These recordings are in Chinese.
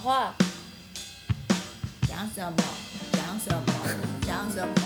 话，讲什么？讲什么？讲什么？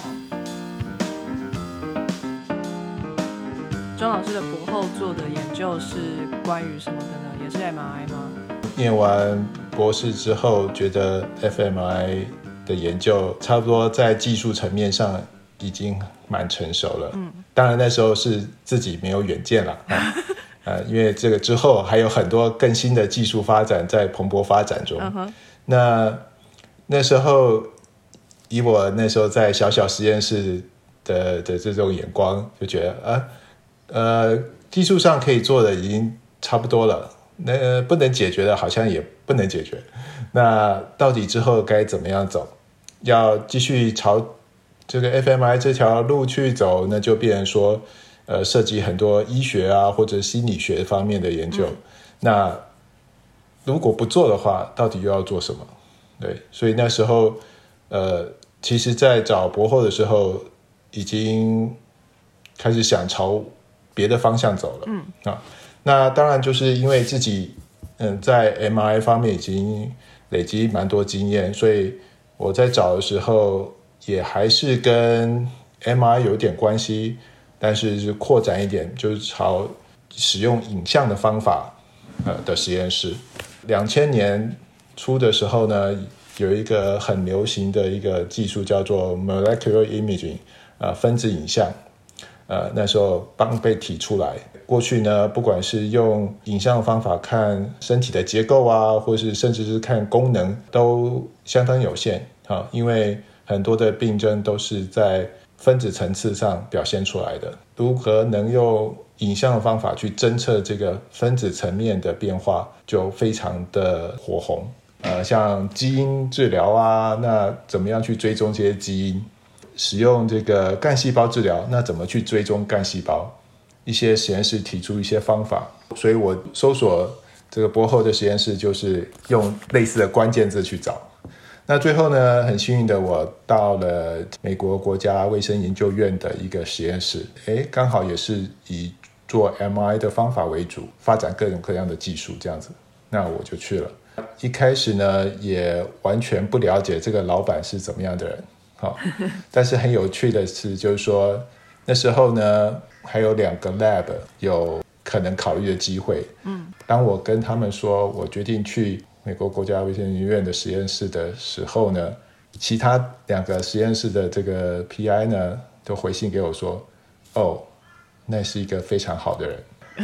庄老师的博后做的研究是关于什么的呢？也是 MRI 吗？ 念完博士之后，觉得 fMRI 的研究差不多在技术层面上已经蛮成熟了。当然那时候是自己没有远见了。因为这个之后还有很多更新的技术发展在蓬勃发展中。那时候以我那时候在小小实验室的这种眼光，就觉得技术上可以做的已经差不多了，那不能解决的好像也不能解决。那到底之后该怎么样走？要继续朝这个 fMRI 这条路去走，那就变成说涉及很多医学啊或者心理学方面的研究。那如果不做的话，到底又要做什么？对，所以那时候其实在找博后的时候，已经开始想朝别的方向走了。那当然就是因为自己在 MRI 方面已经累积蛮多经验，所以我在找的时候也还是跟 MRI 有点关系，但是扩展一点，就是朝使用影像的方法的实验室。2000年初的时候呢，有一个很流行的一个技术叫做 molecular imaging， 分子影像。那时候刚被提出来。过去呢，不管是用影像方法看身体的结构啊，或是甚至是看功能，都相当有限。因为很多的病症都是在分子层次上表现出来的。如何能用影像的方法去侦测这个分子层面的变化，就非常的火红。像基因治疗啊，那怎么样去追踪这些基因？使用这个干细胞治疗，那怎么去追踪干细胞？一些实验室提出一些方法，所以我搜索这个博后的实验室，就是用类似的关键字去找。那最后呢，很幸运的我到了美国国家卫生研究院的一个实验室，刚好也是以做 MRI 的方法为主，发展各种各样的技术这样子。那我就去了。一开始呢，也完全不了解这个老板是怎么样的人。但是很有趣的是，就是说那时候呢，还有2个 lab 有可能考虑的机会。当我跟他们说我决定去美国国家卫生研究院的实验室的时候呢，其他2个实验室的这个 PI 呢，都回信给我说，那是一个非常好的人。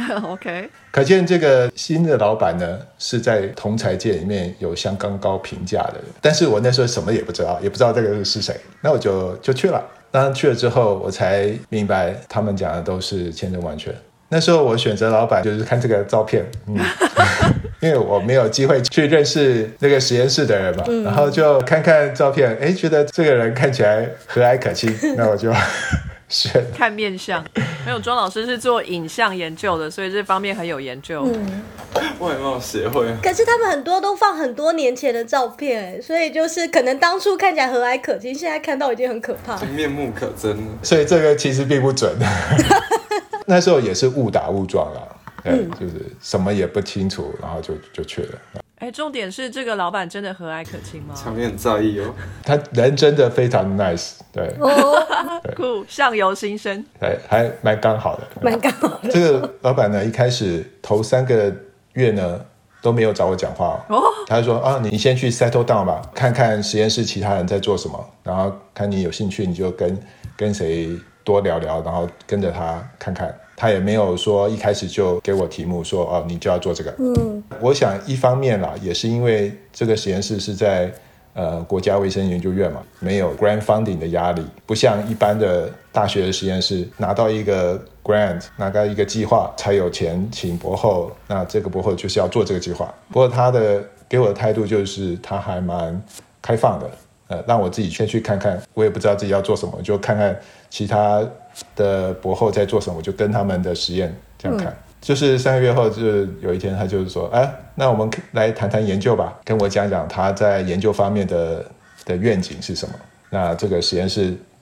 OK， 可见这个新的老板呢，是在同侪界里面有相当高评价的人。但是我那时候什么也不知道，也不知道这个是谁，那我就去了。当然去了之后，我才明白他们讲的都是千真万确。那时候我选择老板就是看这个照片，因为我没有机会去认识那个实验室的人嘛，然后就看看照片，觉得这个人看起来和蔼可亲，那我就看面相。没有，庄老师是做影像研究的，所以这方面很有研究。 外貌协会啊。 可是他们很多都放很多年前的照片，所以就是可能当初看起来和蔼可亲，现在看到已经很可怕， 面目可憎了。 所以这个其实并不准。那时候也是误打误撞啦，就是什么也不清楚，然后就去了。 重点是这个老板真的和蔼可亲吗？ 场面很在意哦。 他人真的非常 nice， 对， 酷，相由心生， 还蛮刚好的， 蛮刚好的。 这个老板呢，一开始头3个月呢都没有找我讲话他就说你先去 settle down 吧，看看实验室其他人在做什么，然后看你有兴趣你就跟谁多聊聊，然后跟着他看看。他也没有说一开始就给我题目说你就要做这个。我想一方面啦，也是因为这个实验室是在国家卫生研究院嘛，没有 grant funding 的压力，不像一般的大学的实验室拿到一个 grant， 拿到一个计划才有钱请博后，那这个博后就是要做这个计划。不过他给我的态度就是他还蛮开放的，让我自己先去看看，我也不知道自己要做什么，就看看其他的博后在做什么，我就跟他们的实验这样看。就是3个月后，就有一天他就是说，那我们来谈谈研究吧，跟我讲讲他在研究方面的愿景是什么。那这个实验室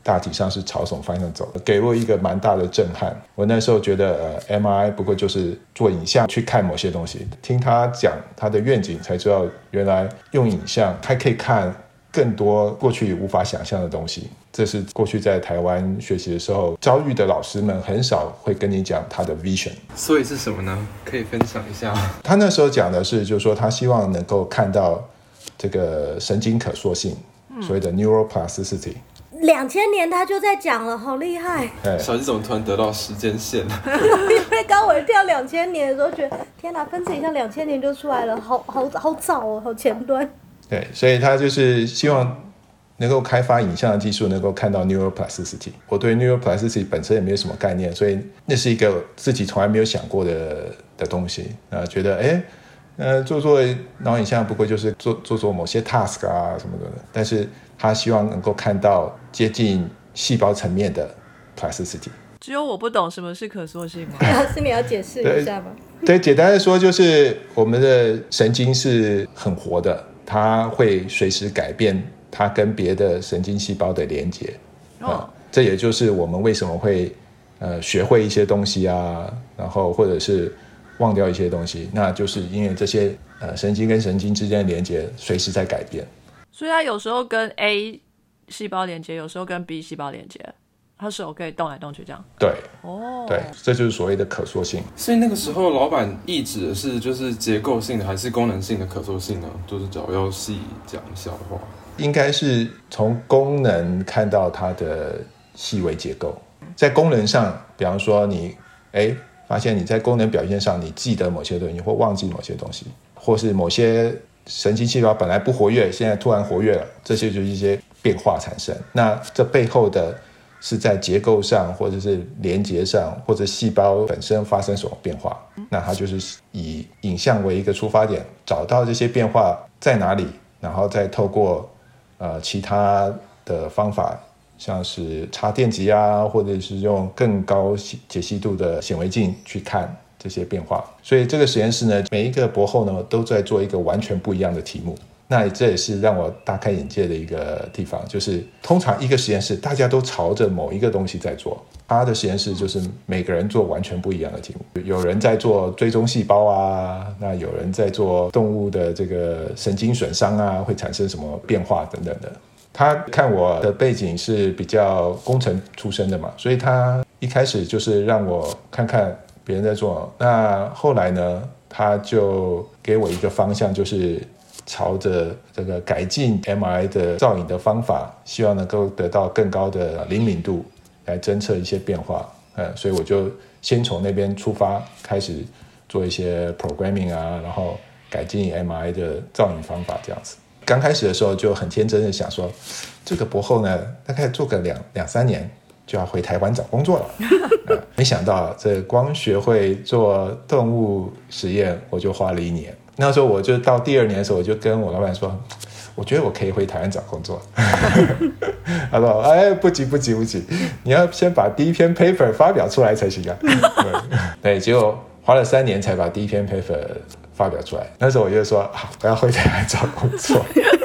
大体上是朝什么方向走，给我一个蛮大的震撼。我那时候觉得MRI 不过就是做影像去看某些东西，听他讲他的愿景才知道原来用影像还可以看更多过去无法想象的东西。这是过去在台湾学习的时候遭遇的老师们很少会跟你讲他的 vision。 所以是什么呢？可以分享一下。 他那时候讲的是就是说他希望能够看到这个神经可塑性，所谓的 neuroplasticity。 2000年他就在讲了，好厉害！ 小鸡怎么突然得到时间线？ 因为刚我跳2000年的时候，觉得天哪，分子影像2000年就出来了，好早哦，好前端。 对，所以他就是希望能够开发影像的技术，能够看到 neuroplasticity。我对 neuroplasticity 本身也没有什么概念，所以那是一个自己从来没有想过的东西。觉得做脑影像不过就是做某些 task 啊什么的，但是他希望能够看到接近细胞层面的 plasticity。 只有我不懂什么是可塑性吗？ 老师，你要解释一下吗？ 对，简单的说就是我们的神经是很活的，它会随时改变它跟别的神经细胞的连接。这也就是我们为什么会学会一些东西啊，然后或者是忘掉一些东西，那就是因为这些神经跟神经之间的连接随时在改变。 所以它有时候跟 A 细胞连接，有时候跟 B 细胞连接，它手可以动来动去这样。 对，对，这就是所谓的可塑性。 所以那个时候老板意指的是就是结构性的还是功能性的可塑性呢？就是只要细讲一下的话， 应该是从功能看到它的细微结构。在功能上，比方说你发现你在功能表现上你记得某些东西或忘记某些东西，或是某些神经细胞本来不活跃现在突然活跃了，这些就是一些变化产生。那这背后的是在结构上或者是连接上或者细胞本身发生什么变化，那它就是以影像为一个出发点，找到这些变化在哪里，然后再透过其他的方法，像是插电极啊，或者是用更高解析度的显微镜去看这些变化。所以这个实验室呢，每一个博后呢都在做一个完全不一样的题目。那这也是让我大开眼界的一个地方，就是通常一个实验室大家都朝着某一个东西在做，他的实验室就是每个人做完全不一样的题目。有人在做追踪细胞啊，那有人在做动物的这个神经损伤啊，会产生什么变化等等的。他看我的背景是比较工程出身的嘛，所以他一开始就是让我看看别人在做。那后来呢，他就给我一个方向，就是朝着这个改进 MRI 的造影的方法，希望能够得到更高的灵敏度来侦测一些变化。所以我就先从那边出发，开始做一些 programming 啊，然后改进 MRI 的造影方法这样子。刚开始的时候就很天真的想说，这个博后呢大概做个两三年就要回台湾找工作了。没想到这光学会做动物实验我就花了1年。那时候我就到第2年的时候，我就跟我老板说，我觉得我可以回台湾找工作。他说不急，你要先把第一篇 paper 发表出来才行啊。对，结果花了3年才把第一篇 paper 发表出来。那时候我就说好，我要回台湾找工作。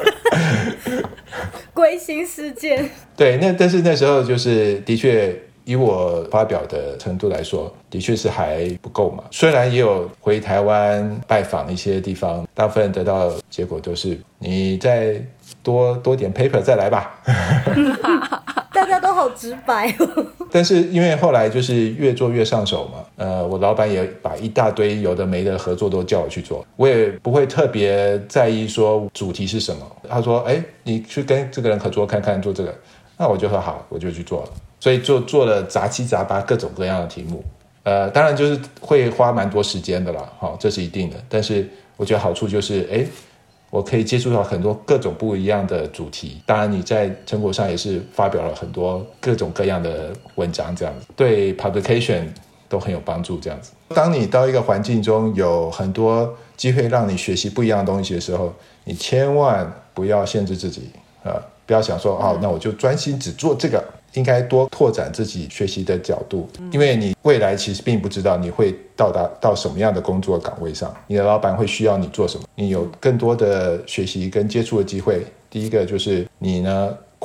归心似箭。 对，但是那时候就是的确以我发表的程度来说，的确是还不够嘛。虽然也有回台湾拜访一些地方，大部分得到结果都是你再多点 paper 再来吧。 大家都好直白哦。 但是因为后来就是越做越上手嘛，我老板也把一大堆有的没的合作都叫我去做，我也不会特别在意说主题是什么。他说你去跟这个人合作看看做这个，那我就说好，我就去做了。所以就做了杂七杂八各种各样的题目，当然就是会花蛮多时间的啦，这是一定的。但是我觉得好处就是我可以接触到很多各种不一样的主题，当然你在成果上也是发表了很多各种各样的文章，这样子对 publication 都很有帮助。这样子，当你到一个环境中有很多机会让你学习不一样的东西的时候，你千万不要限制自己，不要想说那我就专心只做这个，应该多拓展自己学习的角度，因为你未来其实并不知道你会到达到什么样的工作岗位上，你的老板会需要你做什么，你有更多的学习跟接触的机会。第一个就是你呢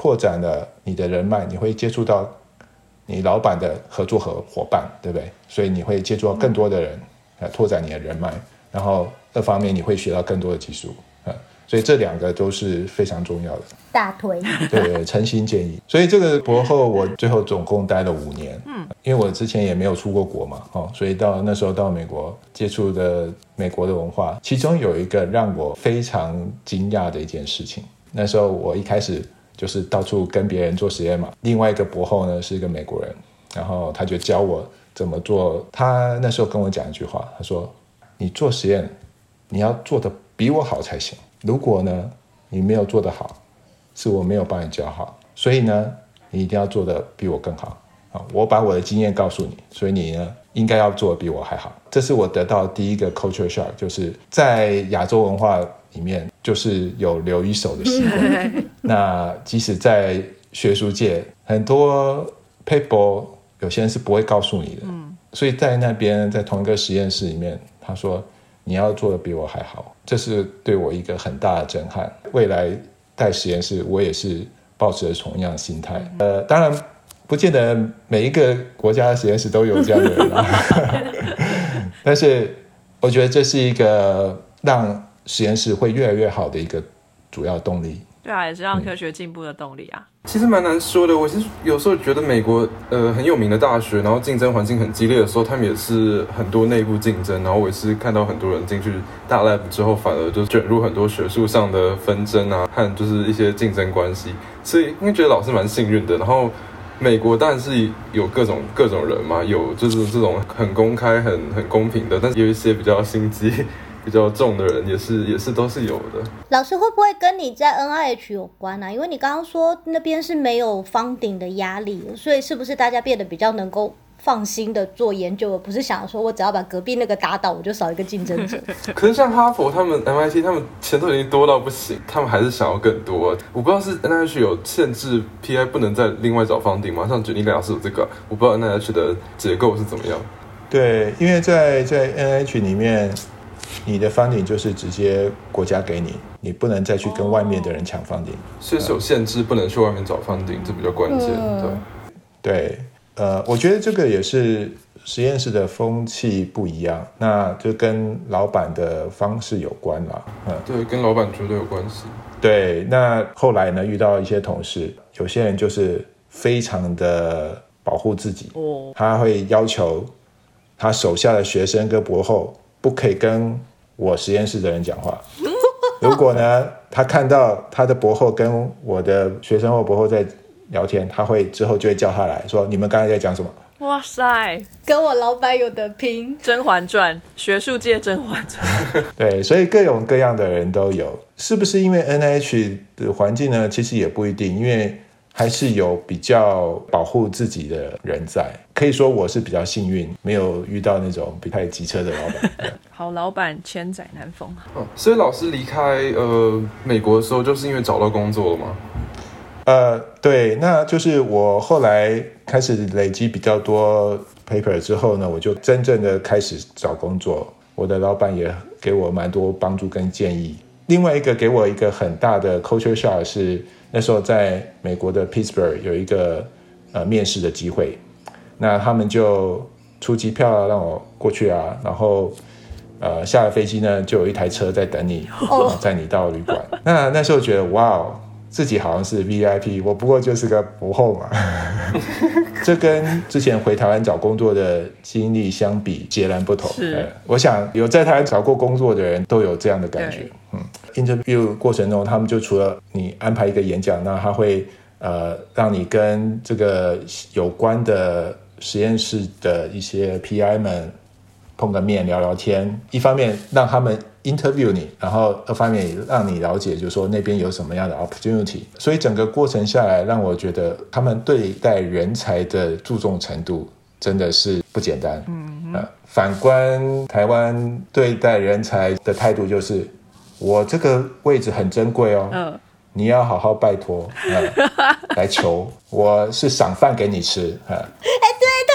扩展了你的人脉，你会接触到你老板的合作伙伴，对不对？所以你会接触到更多的人，拓展你的人脉。然后二方面你会学到更多的技术，所以这2个都是非常重要的。 大推， 对，诚心建议。所以这个博后我最后总共待了5年，因为我之前也没有出过国嘛，所以那时候到美国接触的美国的文化，其中有一个让我非常惊讶的一件事情。那时候我一开始就是到处跟别人做实验嘛，另外一个博后呢是一个美国人，然后他就教我怎么做。他那时候跟我讲一句话，他说你做实验你要做得比我好才行，如果呢你没有做得好，是我没有帮你教好，所以呢你一定要做得比我更好。我把我的经验告诉你，所以你呢应该要做得比我还好。这是我得到第一个 culture shock， 就是在亚洲文化里面就是有留一手的习惯。那即使在学术界很多 paper 有些人是不会告诉你的，所以在那边在同一个实验室里面，他说你要做得比我还好，这是对我一个很大的震撼。未来带实验室我也是抱持着同样的心态。当然不见得每一个国家的实验室都有这样的人但是我觉得这是一个让实验室会越来越好的一个主要动力。 对啊，也是让科学进步的动力啊。 其实蛮难说的，我是有时候觉得美国很有名的大学，然后竞争环境很激烈的时候，他们也是很多内部竞争，然后我也是看到很多人进去大 lab 之后，反而就卷入很多学术上的纷争啊，和就是一些竞争关系，所以因为觉得老师蛮幸运的。然后美国当然是有各种人嘛，有就是这种很公开很公平的，但是有一些比较心机比较重的人也是都是有的。 老师会不会跟你在 NIH 有关啊？因为你刚刚说那边是没有funding的压力，所以是不是大家变得比较能够放心的做研究，而不是想说我只要把隔壁那个打倒，我就少一个竞争者？ 可是像哈佛他们 MIT 他们钱都已经多到不行，他们还是想要更多。我不知道是 NIH 有限制 PI 不能再另外找 funding 吗？像举例老师有这个，我不知道 NIH 的结构是怎么样。 对，因为在 NIH 里面你的 funding 就是直接国家给你，你不能再去跟外面的人抢 funding， 所以是有限制，不能去外面找 funding，这比较关键。 对，我觉得这个也是实验室的风气不一样，那就跟老板的方式有关啦。 对，跟老板绝对有关系。 对，那后来呢，遇到一些同事，有些人就是非常的保护自己，他会要求他手下的学生跟博后不可以跟我实验室的人讲话。如果呢，他看到他的博后跟我的学生或博后在聊天，他之后就会叫他来说：“你们刚才在讲什么？” 哇塞， 跟我老板有得拼， 《甄嬛传》学术界《甄嬛传》。 对，所以各种各样的人都有。是不是因为 NIH 的环境呢？其实也不一定，因为还是有比较保护自己的人在。可以说我是比较幸运，没有遇到那种太机车的老板。 好老板千载难逢。 所以老师离开美国的时候，就是因为找到工作了吗？ 对，那就是我后来开始累积比较多 paper 之后呢，我就真正的开始找工作。我的老板也给我蛮多帮助跟建议。另外一个给我一个很大的 culture shock 是那时候在美国的 Pittsburgh 有一个面试的机会，那他们就出机票让我过去啊，然后下了飞机呢，就有一台车在等你，载你到旅馆。那时候觉得哇哦，自己好像是 VIP， 我不过就是个博后嘛。这跟之前回台湾找工作的经历相比截然不同。我想有在台湾找过工作的人都有这样的感觉。interview 过程中，他们就除了你安排一个演讲，那他会让你跟这个有关的实验室的一些 PI 们碰个面聊聊天，一方面让他们 interview 你，然后二方面也让你了解就是说那边有什么样的 opportunity。 所以整个过程下来让我觉得他们对待人才的注重程度真的是不简单。反观台湾对待人才的态度就是我这个位置很珍贵哦，你要好好拜托来求，我是赏饭给你吃。 对，他们每次都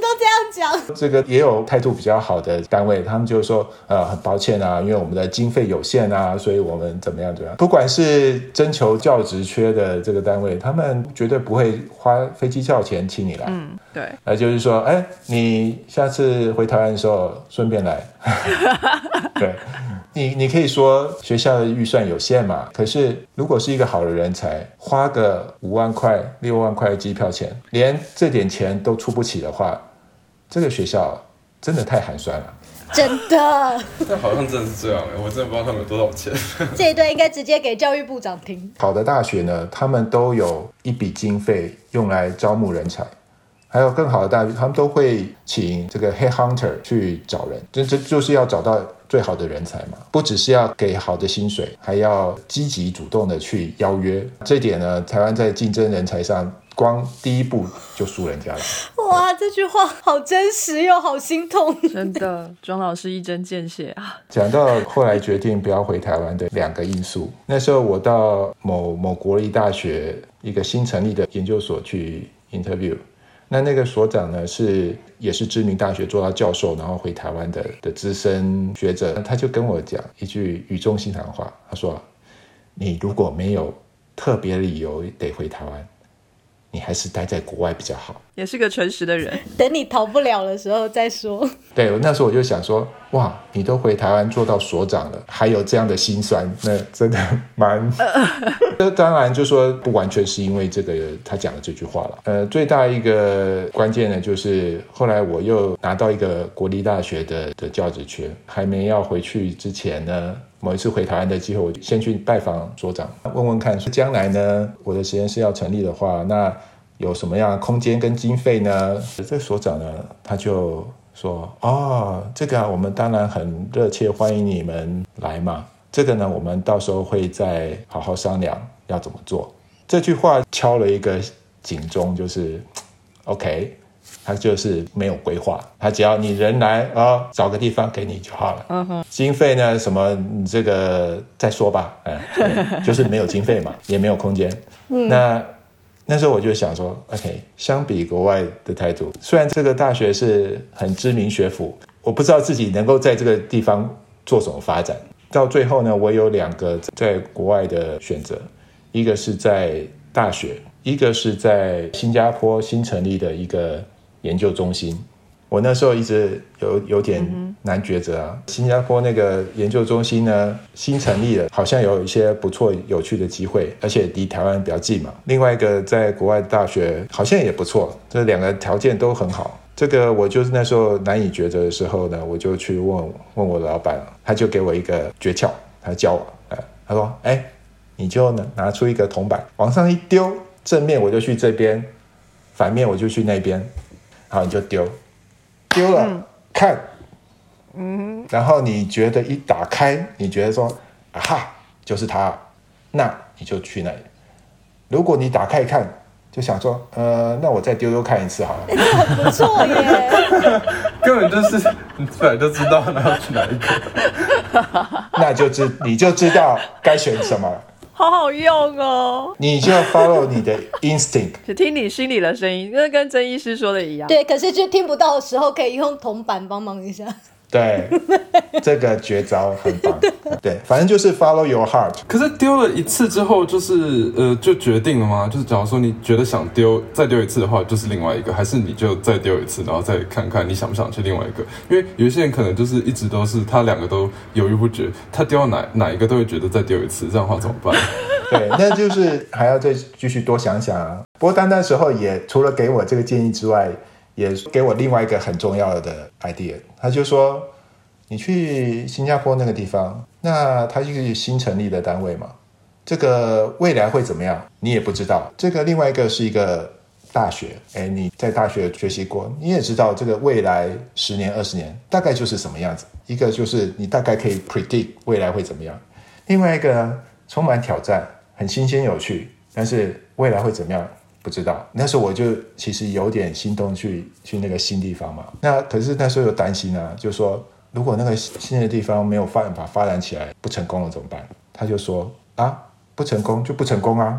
这样讲。 这个也有态度比较好的单位，他们就说很抱歉啊，因为我们的经费有限啊，所以我们怎么样。不管是征求教职缺的这个单位，他们绝对不会花飞机票钱请你来。 对， 就是说你下次回台湾的时候顺便来。对，你可以说学校的预算有限嘛，可是如果是一个好的人才，花个5万块6万块机票钱，连这点钱都出不起的话，这个学校真的太寒酸了。 真的， 但好像真的是这样，我真的不知道他们有多少钱。 这一段应该直接给教育部长听。 好的大学呢，他们都有一笔经费用来招募人才，还有更好的大学，他们都会请这个 headhunter 去找人，这就是要找到最好的人才嘛，不只是要给好的薪水，还要积极主动的去邀约。这点呢，台湾在竞争人才上，光第一步就输人家了。 哇，这句话好真实又好心痛。 真的，庄老师一针见血啊！ 讲到后来决定不要回台湾的2个因素，那时候我到某国立大学一个新成立的研究所去 interview， 那个所长呢也是知名大学做到教授，然后回台湾的资深学者，他就跟我讲一句语重心长的话，他说：“你如果没有特别理由得回台湾，你还是待在国外比较好。” 也是个诚实的人。 等你逃不了的时候再说。 对，那时候我就想说，哇，你都回台湾做到所长了，还有这样的辛酸，那真的蛮……当然就说不完全是因为这个他讲的这句话了。最大一个关键呢，就是后来我又拿到一个国立大学的教职缺，还没要回去之前呢，某一次回台湾的机会，我就先去拜访所长，问问看，说将来呢，我的实验室要成立的话，那有什么样的空间跟经费呢？这所长呢，他就说：“这个我们当然很热切欢迎你们来嘛。这个呢，我们到时候会再好好商量要怎么做。”这句话敲了一个警钟，就是 OK， 他就是没有规划，他只要你人来找个地方给你就好了。经费呢，什么你这个再说吧。就是没有经费嘛，也没有空间。那时候我就想说 OK， 相比国外的态度，虽然这个大学是很知名学府，我不知道自己能够在这个地方做什么发展。到最后呢，我有2个在国外的选择，一个是在大学，一个是在新加坡新成立的一个研究中心。我那时候一直有点难抉择啊。新加坡那个研究中心呢，新成立了，好像有一些不错有趣的机会，而且离台湾比较近嘛。另外一个在国外的大学好像也不错，这2个条件都很好。这个我就是那时候难以抉择的时候呢，我就去问我的老板，他就给我一个诀窍，他教我，他说：“你就拿出一个铜板，往上一丢，正面我就去这边，反面我就去那边，好，你就丢了，看，然后你觉得一打开，你觉得说啊哈，就是它，那你就去那里。如果你打开看，就想说，那我再丢看一次好了。 很不错耶， 根本就是你本来就知道那要去哪一个， 你就知道该选什么了。 好好用哦， 你就要 follow 你的 instinct， 就听你心里的声音，跟曾医师说的一样。 对，可是就听不到的时候，可以用铜板帮忙一下。 对，这个绝招很棒。对，反正就是 follow your heart。 可是丢了一次之后，就是就决定了吗？就是假如说你觉得想丢，再丢一次的话，就是另外一个，还是你就再丢一次，然后再看看你想不想去另外一个？因为有一些人可能就是一直都是他2个都犹豫不决，他丢到哪一个都会觉得再丢一次，这样的话怎么办？ 对，那就是还要再继续多想想啊。不过那时候也除了给我这个建议之外，也给我另外一个很重要的 idea。他就说，你去新加坡那个地方，那它是新成立的单位嘛，这个未来会怎么样，你也不知道。这个另外一个是一个大学，你在大学学习过，你也知道这个未来10年、20年大概就是什么样子。一个就是你大概可以 predict 未来会怎么样，另外一个呢，充满挑战，很新鲜有趣，但是未来会怎么样不知道。那时候我就其实有点心动去那个新地方嘛。那可是那时候有担心啊，就说如果那个新的地方没有办法发展起来，不成功了怎么办？他就说不成功就不成功啊，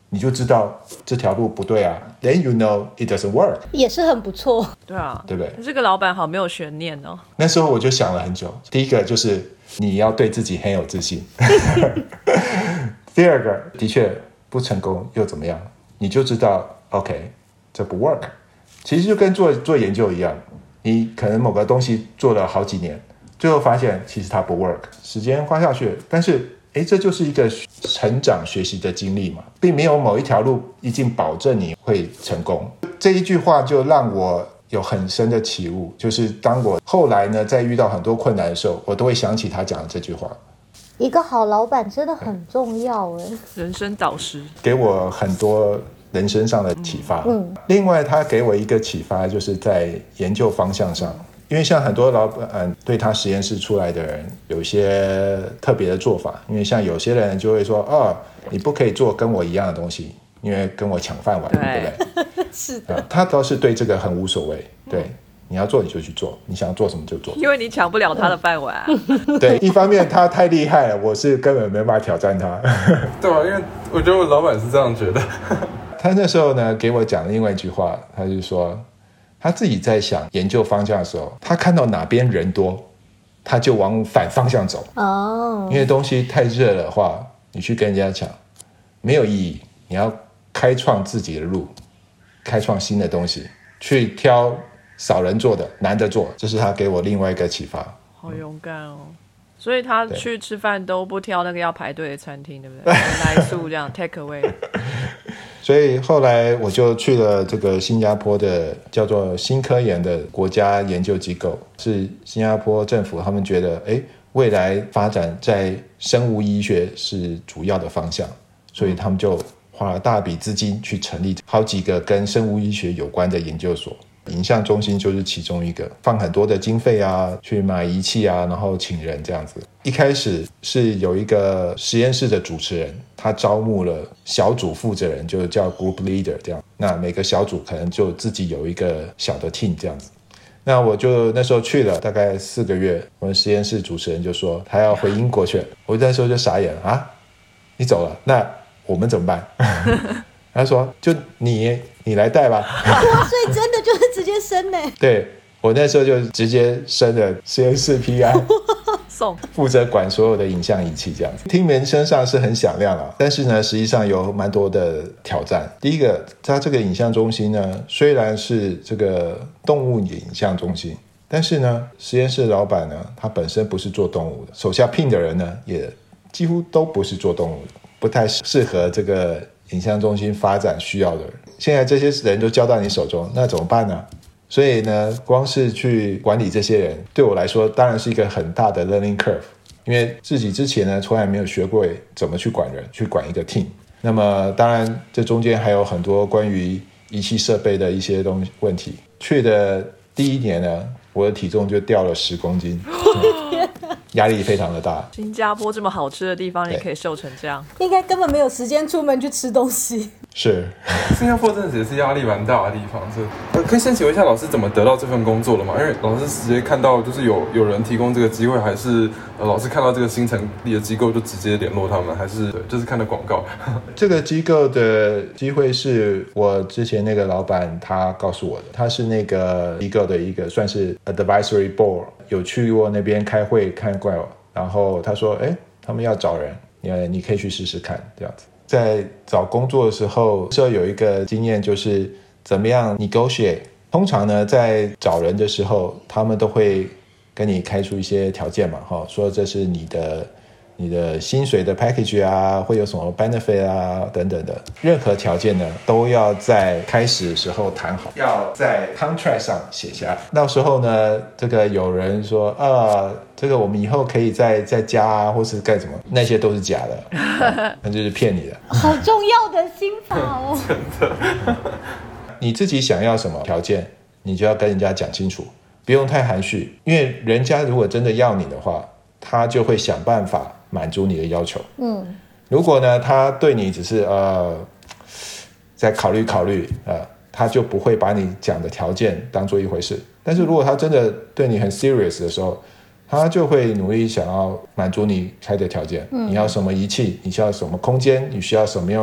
你就知道这条路不对啊。Then you know it doesn't work， 也是很不错。 对啊， 对不对？ 这个老板好没有悬念哦。 那时候我就想了很久，第一个就是你要对自己很有自信，第二个的确不成功又怎么样？你就知道 OK， 这不 work。其实就跟做研究一样，你可能某个东西做了好几年，最后发现其实它不 work， 时间花下去，但是这就是一个成长学习的经历嘛，并没有某一条路一定保证你会成功。这一句话就让我有很深的启悟，就是当我后来呢在遇到很多困难的时候，我都会想起他讲的这句话。 一个好老板真的很重要哎， 人生导师给我很多人生上的启发。另外他给我一个启发，就是在研究方向上，因为像很多老板对他实验室出来的人有一些特别的做法，因为像有些人就会说你不可以做跟我一样的东西，因为跟我抢饭碗，对不对？ 是的， 他倒是对这个很无所谓，对，你要做你就去做，你想要做什么就做， 因为你抢不了他的饭碗啊。 对，一方面他太厉害了，我是根本没办法挑战他。 对啊，因为我觉得我老板是这样觉得。 他那时候呢给我讲另外一句话，他就说他自己在想研究方向的时候，他看到哪边人多，他就往反方向走。因为东西太热的话，你去跟人家抢没有意义，你要开创自己的路，开创新的东西，去挑少人做的难得做，这是他给我另外一个启发。 好勇敢哦。所以他去吃饭都不挑那个要排队的餐厅，对不对？来速这样 take away。 所以后来我就去了这个新加坡的叫做新科研的国家研究机构，是新加坡政府他们觉得未来发展在生物医学是主要的方向，所以他们就花了大笔资金去成立好几个跟生物医学有关的研究所。影像中心就是其中一个，放很多的经费啊，去买仪器啊，然后请人这样子。一开始是有一个实验室的主持人，他招募了小组负责人，就叫 group leader 这样。那每个小组可能就自己有一个小的 team 这样子。那我就那时候去了大概4个月，我们实验室主持人就说他要回英国去了，我那时候就傻眼了啊，你走了，那我们怎么办？他说就你来带吧。 哇，所以真的就是直接升呢。 对，我那时候就直接升了实验室 PI， 负责管所有的影像仪器这样子。听名声上是很响亮啊，但是呢实际上有蛮多的挑战。第一个，它这个影像中心呢虽然是这个动物影像中心，但是呢实验室老板呢他本身不是做动物的，手下聘的人呢也几乎都不是做动物的，不太适合这个影像中心发展需要的人。现在这些人都交到你手中，那怎么办呢？所以呢光是去管理这些人对我来说当然是一个很大的 learning curve， 因为自己之前呢从来没有学过怎么去管人，去管一个 team。那么当然这中间还有很多关于仪器设备的一些问题。去的第1年呢我的体重就掉了10公斤。压力非常的大。 新加坡这么好吃的地方，你可以瘦成这样， 应该根本没有时间出门去吃东西。 是， 新加坡真的也是压力蛮大的地方。可以先请问一下老师怎么得到这份工作的吗？因为老师直接看到就是有人提供这个机会，还是老师看到这个新成立的机构就直接联络他们，还是就是看的广告？ 这个机构的机会是我之前那个老板他告诉我的，他是那个机构的一个算是 advisory board， 有去过那边开会看过，然后他说他们要找人，你可以去试试看这样子。在找工作的时候有一个经验，就是怎么样 negotiate。 通常呢在找人的时候他们都会跟你开出一些条件嘛，说这是你的薪水的 package 啊，会有什么 benefit 啊等等的，任何条件呢都要在开始的时候谈好，要在 contract 上写下。到时候呢这个有人说这个我们以后可以再加啊，或是干什么，那些都是假的，那就是骗你的。 好重要的心法哦。 真的。 你自己想要什么条件，你就要跟人家讲清楚，不用太含蓄，因为人家如果真的要你的话，他就会想办法满足你的要求。如果呢他对你只是再考虑他就不会把你讲的条件当做一回事。但是如果他真的对你很 serious 的时候，他就会努力想要满足你开的条件。你要什么仪器，你需要什么空间，你需要什么样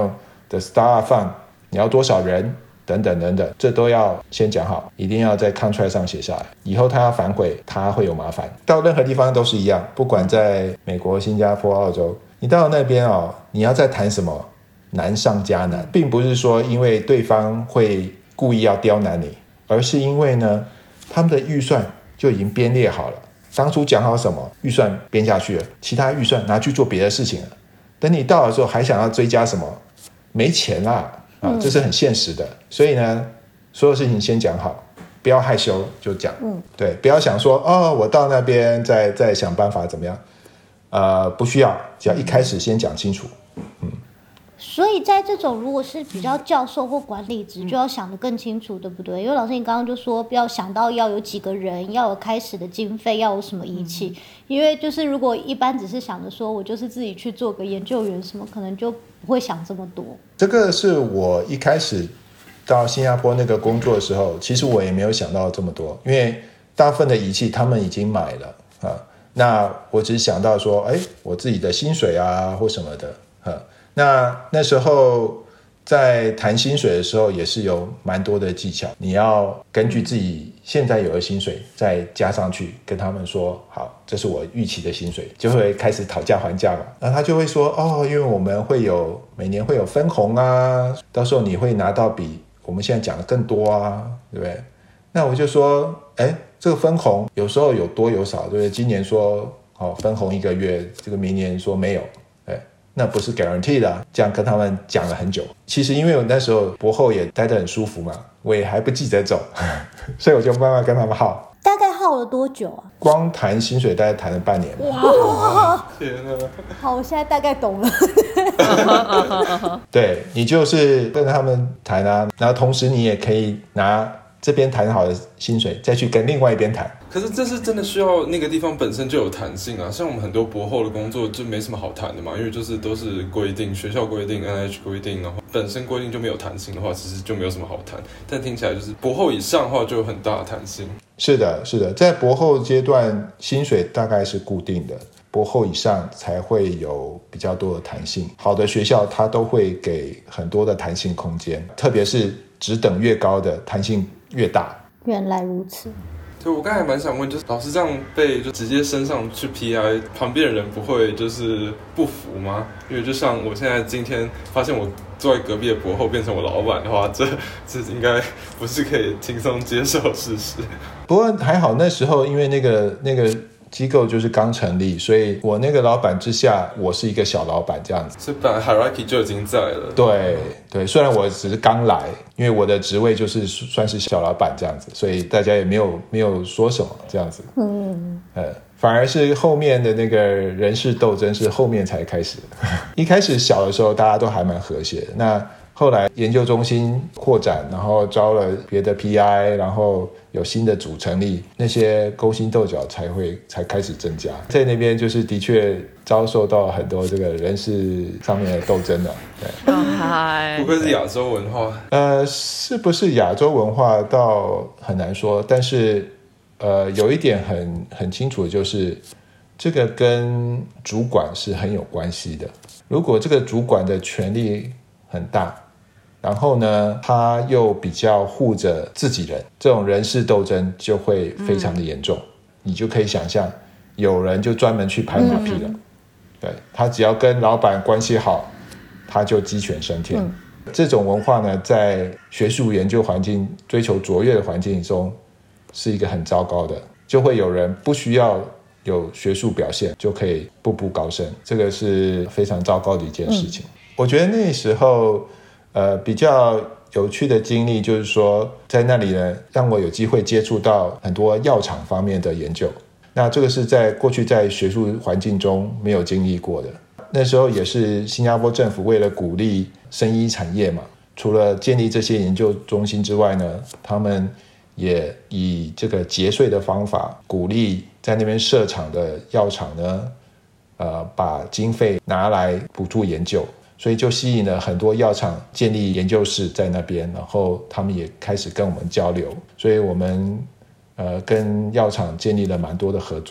的 startup fund 你要多少人等等等等，这都要先讲好，一定要在 contract 上写下来，以后他要反悔他会有麻烦。到任何地方都是一样，不管在美国、新加坡、澳洲，你到那边你要再谈什么难上加难，并不是说因为对方会故意要刁难你，而是因为呢他们的预算就已经编列好了，当初讲好什么预算编下去了，其他预算拿去做别的事情了，等你到的时候还想要追加什么，没钱啦这是很现实的。所以呢所有事情先讲好，不要害羞就讲对，不要想说我到那边再想办法怎么样不需要，只要一开始先讲清楚所以在这种如果是比较教授或管理职，就要想得更清楚，对不对？因为老师你刚刚就说不要想到要有几个人，要有开始的经费，要有什么仪器，因为就是如果一般只是想着说我就是自己去做个研究员什么，可能就不会想这么多。这个是我一开始到新加坡那个工作的时候，其实我也没有想到这么多，因为大部分的仪器他们已经买了那我只是想到说我自己的薪水或什么的那时候在谈薪水的时候也是有蛮多的技巧，你要根据自己现在有的薪水再加上去跟他们说好，这是我预期的薪水，就会开始讨价还价嘛。那他就会说因为我们每年会有分红到时候你会拿到比我们现在讲的更多对不对？那我就说这个分红有时候有多有少，对不对？今年说分红1个月，这个明年说没有那不是 guarantee 的这样跟他们讲了很久。其实因为我那时候博后也待得很舒服嘛，我也还不急着走所以我就慢慢跟他们耗。 大概耗了多久啊？ 光谈薪水大概谈了半年。 哇， 天啊！ 好，我现在大概懂了对，你就是跟他们谈然后同时你也可以拿这边谈好的薪水再去跟另外一边谈。 可是这是真的需要那个地方本身就有弹性像我们很多博后的工作就没什么好谈的嘛，因为就是都是规定，学校规定 NIH 规定，然后本身规定就没有弹性的话，其实就没有什么好谈。但听起来就是博后以上的话就有很大的弹性。是的，在博后阶段薪水大概是固定的，博后以上才会有比较多的弹性。好的学校它都会给很多的弹性空间，特别是职等越高的弹性越大。 原来如此。 对，我刚才蛮想问，就是老师这样被就直接升上去 PI， 旁边的人不会就是不服吗？因为就像我现在今天发现我坐在隔壁的博后变成我老板的话，这应该不是可以轻松接受的事实。 不过还好那时候因为那个机构就是刚成立，所以我那个老板之下我是一个小老板这样子， 所以本来 hierarchy 就已经在了。 对，虽然我只是刚来，因为我的职位就是算是小老板这样子，所以大家也没有说什么这样子。反而是后面的那个人事斗争是后面才开始的一开始小的时候大家都还蛮和谐的，那后来研究中心扩展，然后招了别的 PI， 然后有新的组成立，那些勾心斗角才开始增加。在那边就是的确遭受到很多这个人事上面的斗争了。 不愧是亚洲文化。 是不是亚洲文化倒很难说，但是有一点很清楚的就是这个跟主管是很有关系的。如果这个主管的权力很大，然后呢他又比较护着自己人，这种人事斗争就会非常的严重。你就可以想象有人就专门去拍马屁了。对，他只要跟老板关系好他就鸡犬升天。这种文化呢在学术研究环境追求卓越的环境中是一个很糟糕的，就会有人不需要有学术表现就可以步步高升，这个是非常糟糕的一件事情。我觉得那时候比较有趣的经历就是说，在那里呢让我有机会接触到很多药厂方面的研究，那这个是在过去在学术环境中没有经历过的。那时候也是新加坡政府为了鼓励生医产业嘛，除了建立这些研究中心之外呢，他们也以这个节税的方法鼓励在那边设厂的药厂呢把经费拿来补助研究，所以就吸引了很多药厂建立研究室在那边，然后他们也开始跟我们交流，所以我们跟药厂建立了蛮多的合作。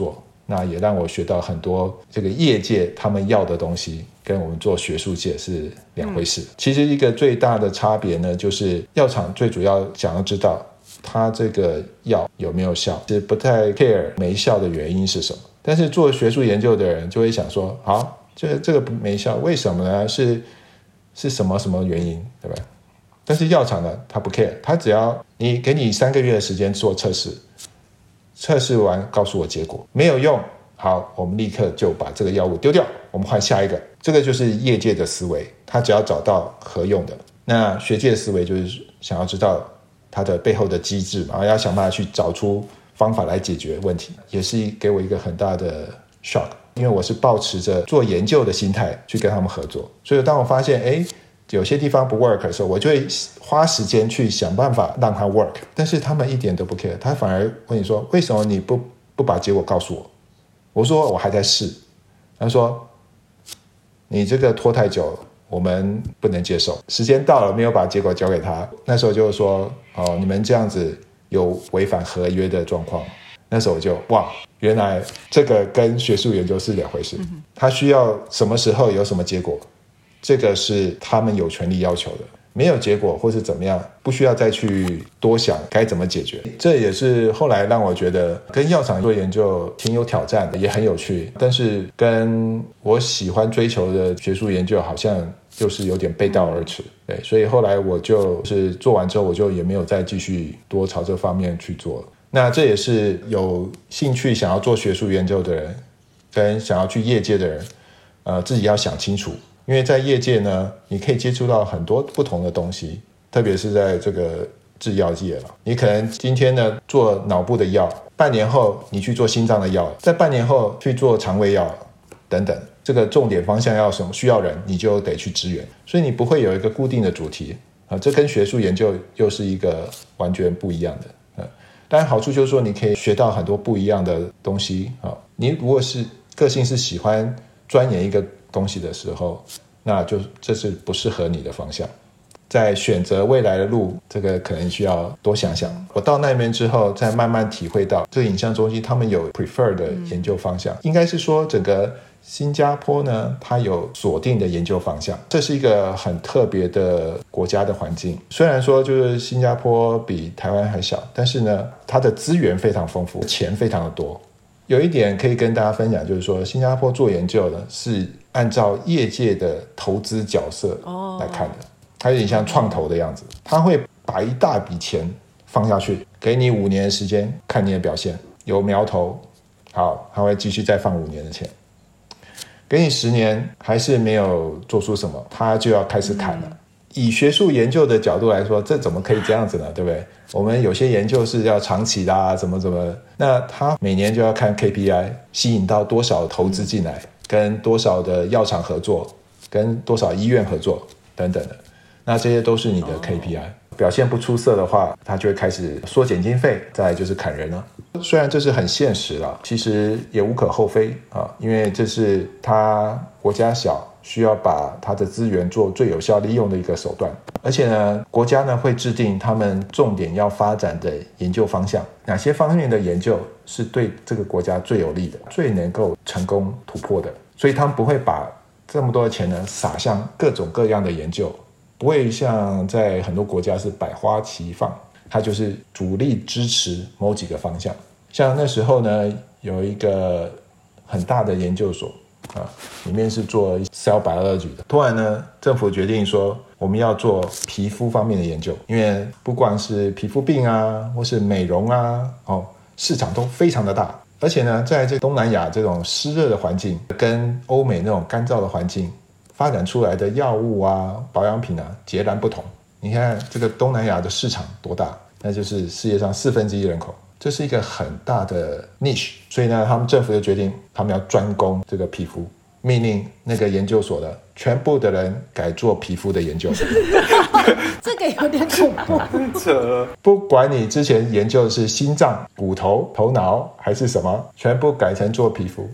那也让我学到很多这个业界他们要的东西跟我们做学术界是两回事。其实一个最大的差别呢，就是药厂最主要想要知道它这个药有没有效，是不太 care 没效的原因是什么。但是做学术研究的人就会想说，好，这个没效，为什么呢？是什么什么原因，对吧？但是药厂呢，他不 care， 他只要给你3个月的时间做测试，测试完告诉我结果，没有用，好，我们立刻就把这个药物丢掉，我们换下一个。这个就是业界的思维，他只要找到合用的。那学界的思维就是想要知道它的背后的机制嘛，要想办法去找出方法来解决问题，也是给我一个很大的 shock。因为我是抱持着做研究的心态去跟他们合作，所以当我发现有些地方不 work 的时候，我就会花时间去想办法让它 work。但是他们一点都不 care， 他反而问你说，为什么你不把结果告诉我？我说我还在试。他说你这个拖太久，我们不能接受，时间到了没有把结果交给他。那时候就说你们这样子有违反合约的状况。那时候我就哇，原来这个跟学术研究是两回事。他需要什么时候有什么结果，这个是他们有权利要求的。没有结果或是怎么样，不需要再去多想该怎么解决。这也是后来让我觉得跟药厂做研究挺有挑战的，也很有趣，但是跟我喜欢追求的学术研究好像就是有点背道而驰。对，所以后来我就是做完之后，我就也没有再继续多朝这方面去做。那这也是有兴趣想要做学术研究的人跟想要去业界的人自己要想清楚。因为在业界呢，你可以接触到很多不同的东西，特别是在这个制药界了。你可能今天呢做脑部的药，半年后你去做心脏的药，在半年后去做肠胃药等等。这个重点方向要什么需要人，你就得去支援，所以你不会有一个固定的主题这跟学术研究又是一个完全不一样的。当然好处就是说你可以学到很多不一样的东西。你如果是个性是喜欢钻研一个东西的时候，那就这是不适合你的方向。在选择未来的路，这个可能需要多想想。我到那边之后再慢慢体会到这个影像中心他们有 prefer 的研究方向。应该是说整个新加坡呢，它有锁定的研究方向，这是一个很特别的国家的环境。虽然说就是新加坡比台湾还小，但是呢它的资源非常丰富，钱非常的多。有一点可以跟大家分享，就是说新加坡做研究呢是按照业界的投资角色来看的，它有点像创投的样子，它会把一大笔钱放下去，给你5年的时间看你的表现，有苗头，好，它会继续再放5年的钱。给你10年还是没有做出什么，它就要开始砍了。以学术研究的角度来说，这怎么可以这样子呢？对不对？我们有些研究是要长期的怎么那他每年就要看 KPI 吸引到多少投资进来，跟多少的药厂合作，跟多少医院合作等等的，那这些都是你的 KPI。表现不出色的话，他就会开始缩减经费，再来就是砍人了。虽然这是很现实啦，其实也无可厚非因为这是他国家小，需要把他的资源做最有效利用的一个手段。而且呢，国家呢会制定他们重点要发展的研究方向，哪些方面的研究是对这个国家最有利的，最能够成功突破的。所以他们不会把这么多的钱呢撒向各种各样的研究，不会像在很多国家是百花齐放，它就是主力支持某几个方向。像那时候呢，有一个很大的研究所里面是做 cell biology 的，突然呢，政府决定说我们要做皮肤方面的研究，因为不管是皮肤病或是美容市场都非常的大。而且呢，在这东南亚这种湿热的环境，跟欧美那种干燥的环境发展出来的药物保养品截然不同。你看这个东南亚的市场多大，那就是世界上1/4人口，这是一个很大的 niche。 所以呢，他们政府就决定他们要专攻这个皮肤，命令那个研究所的全部的人改做皮肤的研究。 这个有点恐怖。 扯， 不管你之前研究的是心脏、骨头、头脑还是什么，全部改成做皮肤。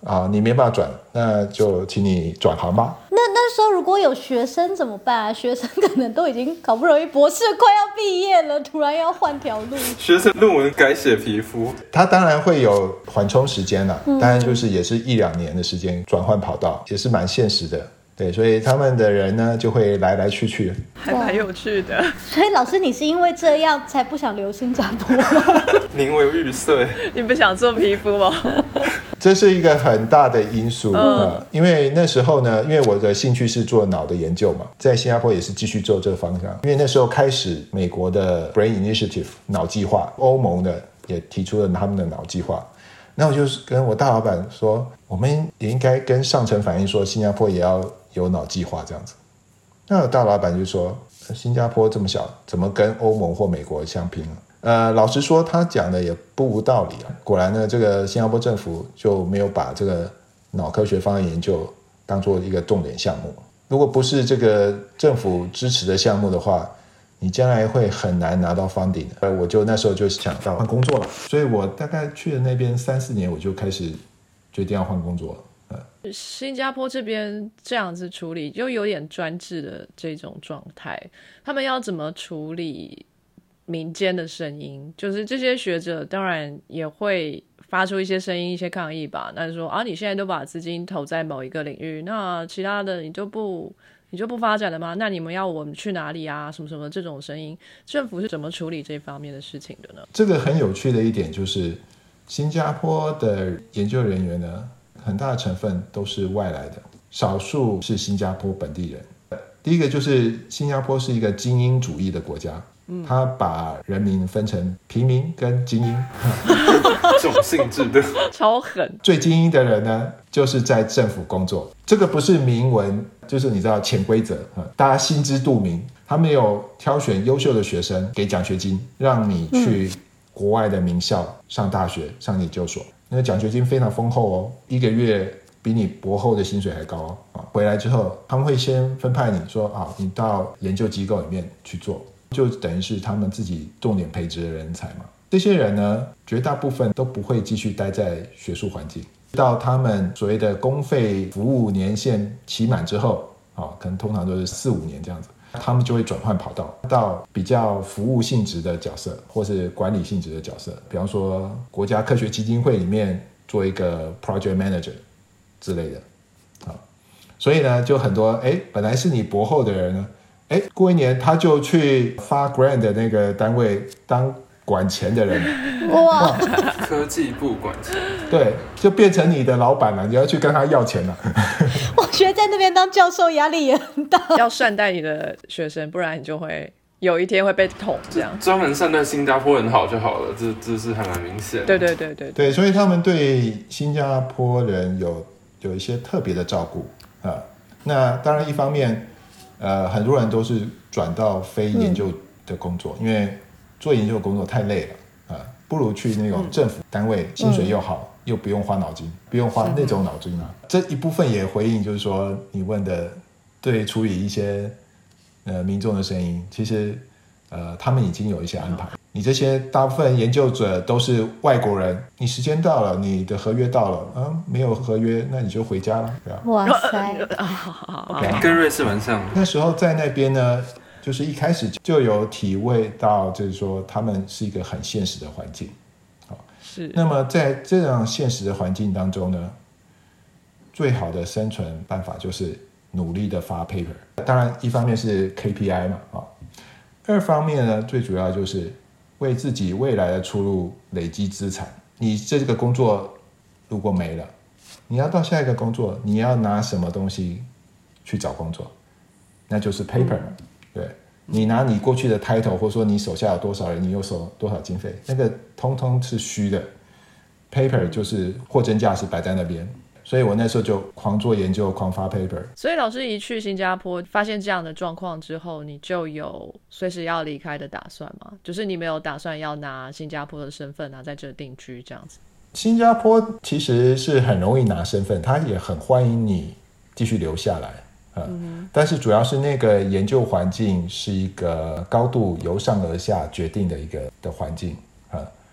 你没办法转，那就请你转行吧。 那时候如果有学生怎么办啊？学生可能都已经好不容易博士快要毕业了，突然要换条路。 学生论文改写皮肤， 他当然会有缓冲时间啦，当然就是也是1-2年的时间转换跑道，也是蛮现实的。对，所以他们的人呢就会来来去去， 还蛮有趣的。 所以老师，你是因为这样才不想留新加坡吗？ 宁为玉碎。 你不想做皮肤吗？ 这是一个很大的因素。因为那时候呢，因为我的兴趣是做脑的研究嘛，在新加坡也是继续做这个方向。因为那时候开始美国的 Brain Initiative 脑计划，欧盟的也提出了他们的脑计划。那我就跟我大老板说，我们也应该跟上层反映说，新加坡也要有脑计划这样子。那我大老板就说，新加坡这么小，怎么跟欧盟或美国相拼呢？老实说，他讲的也不无道理啊。果然呢，这个新加坡政府就没有把这个脑科学方案研究当做一个重点项目。如果不是这个政府支持的项目的话，你将来会很难拿到 funding 的。我就那时候就想到换工作了，所以我大概去了那边3-4年，我就开始决定要换工作了。 新加坡这边这样子处理，就有点专制的这种状态。他们要怎么处理民间的声音？就是这些学者当然也会发出一些声音、一些抗议吧。那就说你现在都把资金投在某一个领域，那其他的你就不发展了吗？那你们要我们去哪里啊？什么什么这种声音，政府是怎么处理这方面的事情的呢？ 这个很有趣的一点就是，新加坡的研究人员呢，很大的成分都是外来的，少数是新加坡本地人。第一个就是新加坡是一个精英主义的国家，他把人民分成平民跟精英， 种姓制的， 超狠。 最精英的人呢，就是在政府工作，这个不是明文，就是你知道潜规则，大家心知肚明。他们有挑选优秀的学生，给奖学金，让你去国外的名校上大学、上研究所，那个奖学金非常丰厚哦，1个月比你博后的薪水还高哦。回来之后，他们会先分派你说你到研究机构里面去做，就等于是他们自己重点培植的人才嘛。这些人呢，绝大部分都不会继续待在学术环境，到他们所谓的公费服务年限期满之后，可能通常都是4-5年这样子，他们就会转换跑道到比较服务性质的角色，或是管理性质的角色，比方说国家科学基金会里面做一个 project manager 之类的。所以呢，就很多本来是你博后的人呢，过1年他就去发 grant 的那个单位当管钱的人。 哇， 科技部管钱， 对，就变成你的老板了，你要去跟他要钱了。 我觉得在那边当教授压力也很大， 要善待你的学生，不然你就会有一天会被捅这样。 专门善待新加坡人好就好了，这是还蛮明显的。 对， 所以他们对新加坡人有一些特别的照顾那当然一方面很多人都是转到非研究的工作，因为做研究工作太累了不如去那种政府单位，薪水又好，又不用花脑筋，不用花那种脑筋这一部分也回应就是说你问的，对处理一些民众的声音，其实他们已经有一些安排。你这些大部分研究者都是外国人，你时间到了，你的合约到了没有合约，那你就回家了，对吧？ 哇塞， 跟瑞士蛮像的。 那时候在那边呢，就是一开始就有体会到，就是说他们是一个很现实的环境。 是。 那么在这样现实的环境当中呢，最好的生存办法就是努力的发 paper。当然，一方面是 KPI 嘛二方面呢，最主要就是为自己未来的出路累积资产。你这个工作如果没了，你要到下一个工作，你要拿什么东西去找工作？那就是 paper 嘛。对，你拿你过去的 title， 或者说你手下有多少人，你有多少经费，那个通通是虚的。paper 就是货真价实摆在那边。所以我那时候就狂做研究，狂发 paper。 所以老师一去新加坡发现这样的状况之后，你就有随时要离开的打算吗？就是你没有打算要拿新加坡的身份在这定居这样子？ 新加坡其实是很容易拿身份，他也很欢迎你继续留下来但是主要是那个研究环境是一个高度由上而下决定的一个的环境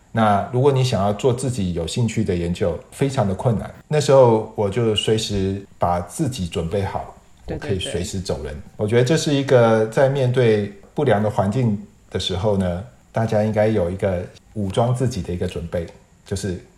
那如果你想要做自己有兴趣的研究，非常的困难。那时候我就随时把自己准备好，我可以随时走人。我觉得这是一个在面对不良的环境的时候呢，大家应该有一个武装自己的一个准备，就是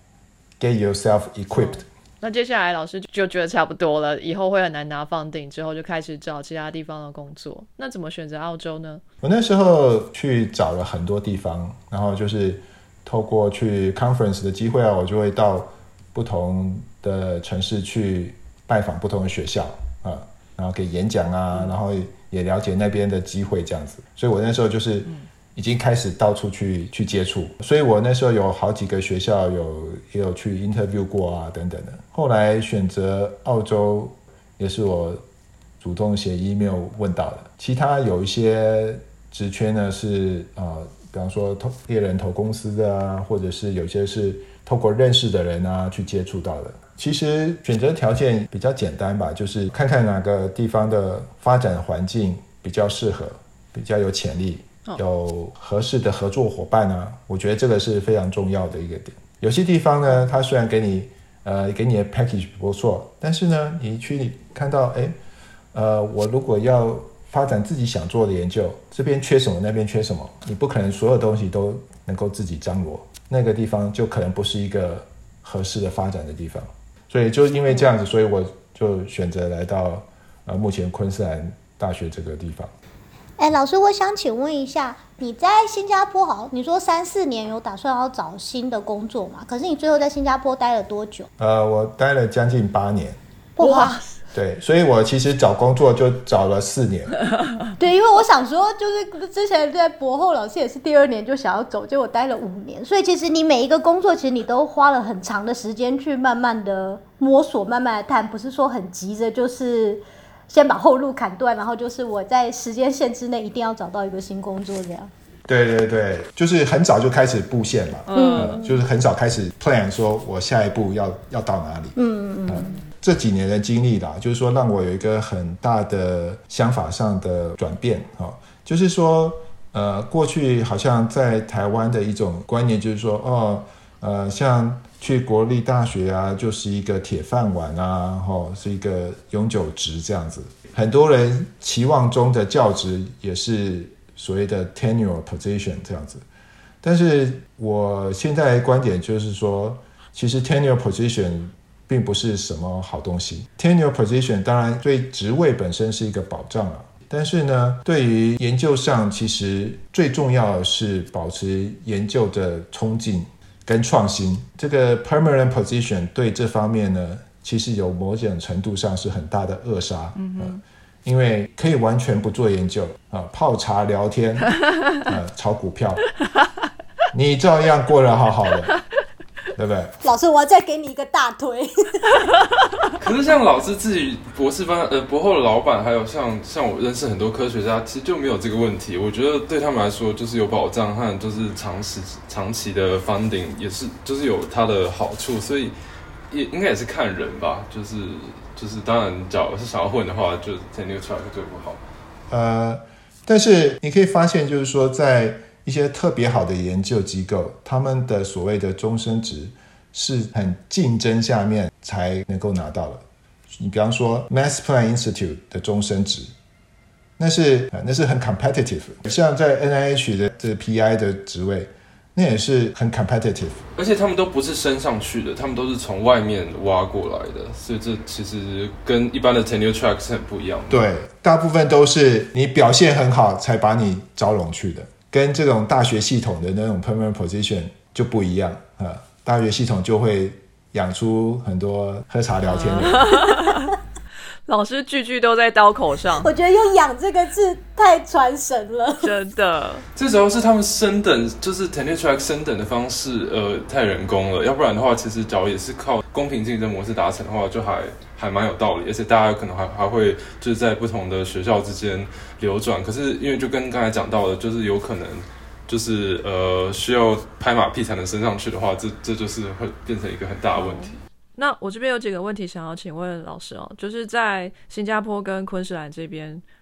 get yourself equipped。 那接下来老师就觉得差不多了，以后会很难拿放顶，之后就开始找其他地方的工作。那怎么选择澳洲呢？ 我那时候去找了很多地方，然后就是透过去 conference 的机会啊，我就会到不同的城市去拜访不同的学校啊，然后给演讲啊，然后也了解那边的机会这样子。所以我那时候就是已经开始到处去接触，所以我那时候有好几个学校也有去 interview 过啊等等的。后来选择澳洲也是我主动写 email 问到的。其他有一些职缺呢是比方说猎人头公司的啊，或者是有些是透过认识的人啊去接触到的。其实选择条件比较简单吧，就是看看哪个地方的发展环境比较适合，比较有潜力，有合适的合作伙伴啊，我觉得这个是非常重要的一个点。有些地方呢，它虽然给你的 package 不错，但是呢，你去看到我如果要发展自己想做的研究，这边缺什么，那边缺什么，你不可能所有东西都能够自己张罗，那个地方就可能不是一个合适的发展的地方。所以就因为这样子，所以我就选择来到目前昆士兰大学这个地方。 老师，我想请问一下，你在新加坡你说3-4年有打算要找新的工作嘛？可是你最后在新加坡待了多久？ 我待了将近8年。 哇！ 对，所以我其实找工作就找了4年。 对，因为我想说，就是之前在博后，老师也是第2年就想要走，结果待了5年。所以其实你每一个工作，其实你都花了很长的时间去慢慢的摸索，慢慢的探，不是说很急着就是先把后路砍断，然后就是我在时间线之内一定要找到一个新工作这样。 对对对，就是很早就开始布线嘛，就是很早开始 plan 说我下一步要到哪里。这几年的经历啦，就是说让我有一个很大的想法上的转变，就是说过去好像在台湾的一种观念就是说像去国立大学啊就是一个铁饭碗啊，是一个永久职这样子，很多人期望中的教职也是所谓的 tenure position 这样子。但是我现在的观点就是说，其实 tenure position并不是什么好东西。 tenure position 当然对职位本身是一个保障但是呢，对于研究上其实最重要的是保持研究的冲劲跟创新。这个 permanent position 对这方面呢，其实有某种程度上是很大的扼杀。因为可以完全不做研究泡茶聊天炒股票你照样过得好好的，对不对？ 老师，我要再给你一个大推。 可是像老师自己博士班博后的老板，还有像我认识很多科学家，其实就没有这个问题。我觉得对他们来说，就是有保障和就是长期的 funding 也是就是有它的好处，所以也应该也是看人吧。就是当然，假如是想要混的话，就 tenure track 最不好。 但是你可以发现，就是说在一些特别好的研究机构，他们的所谓的终身职是很竞争下面才能够拿到的。你比方说 Max Planck Institute 的终身职，那是很 competitive。像在 NIH 的这 PI 的职位，那也是很 competitive。 而且他们都不是升上去的，他们都是从外面挖过来的，所以这其实跟一般的 tenure track 是很不一样的。 对，大部分都是你表现很好才把你招拢去的。跟这种大学系统的那种 permanent position 就不一样大学系统就会养出很多喝茶聊天的人。 老师句句都在刀口上， 我觉得用养这个字太传神了， 真的。 这时候是他们升等，就是 tenure track 升等的方式太人工了，要不然的话其实假如也是靠公平竞争模式达成的话，就还蛮有道理，而且大家可能还会就是在不同的学校之间流转。可是因为就跟刚才讲到的，就是有可能就是需要拍马屁才能升上去的话，这就是会变成一个很大的问题。 那我这边有几个问题想要请问老师就是在新加坡跟昆士兰这边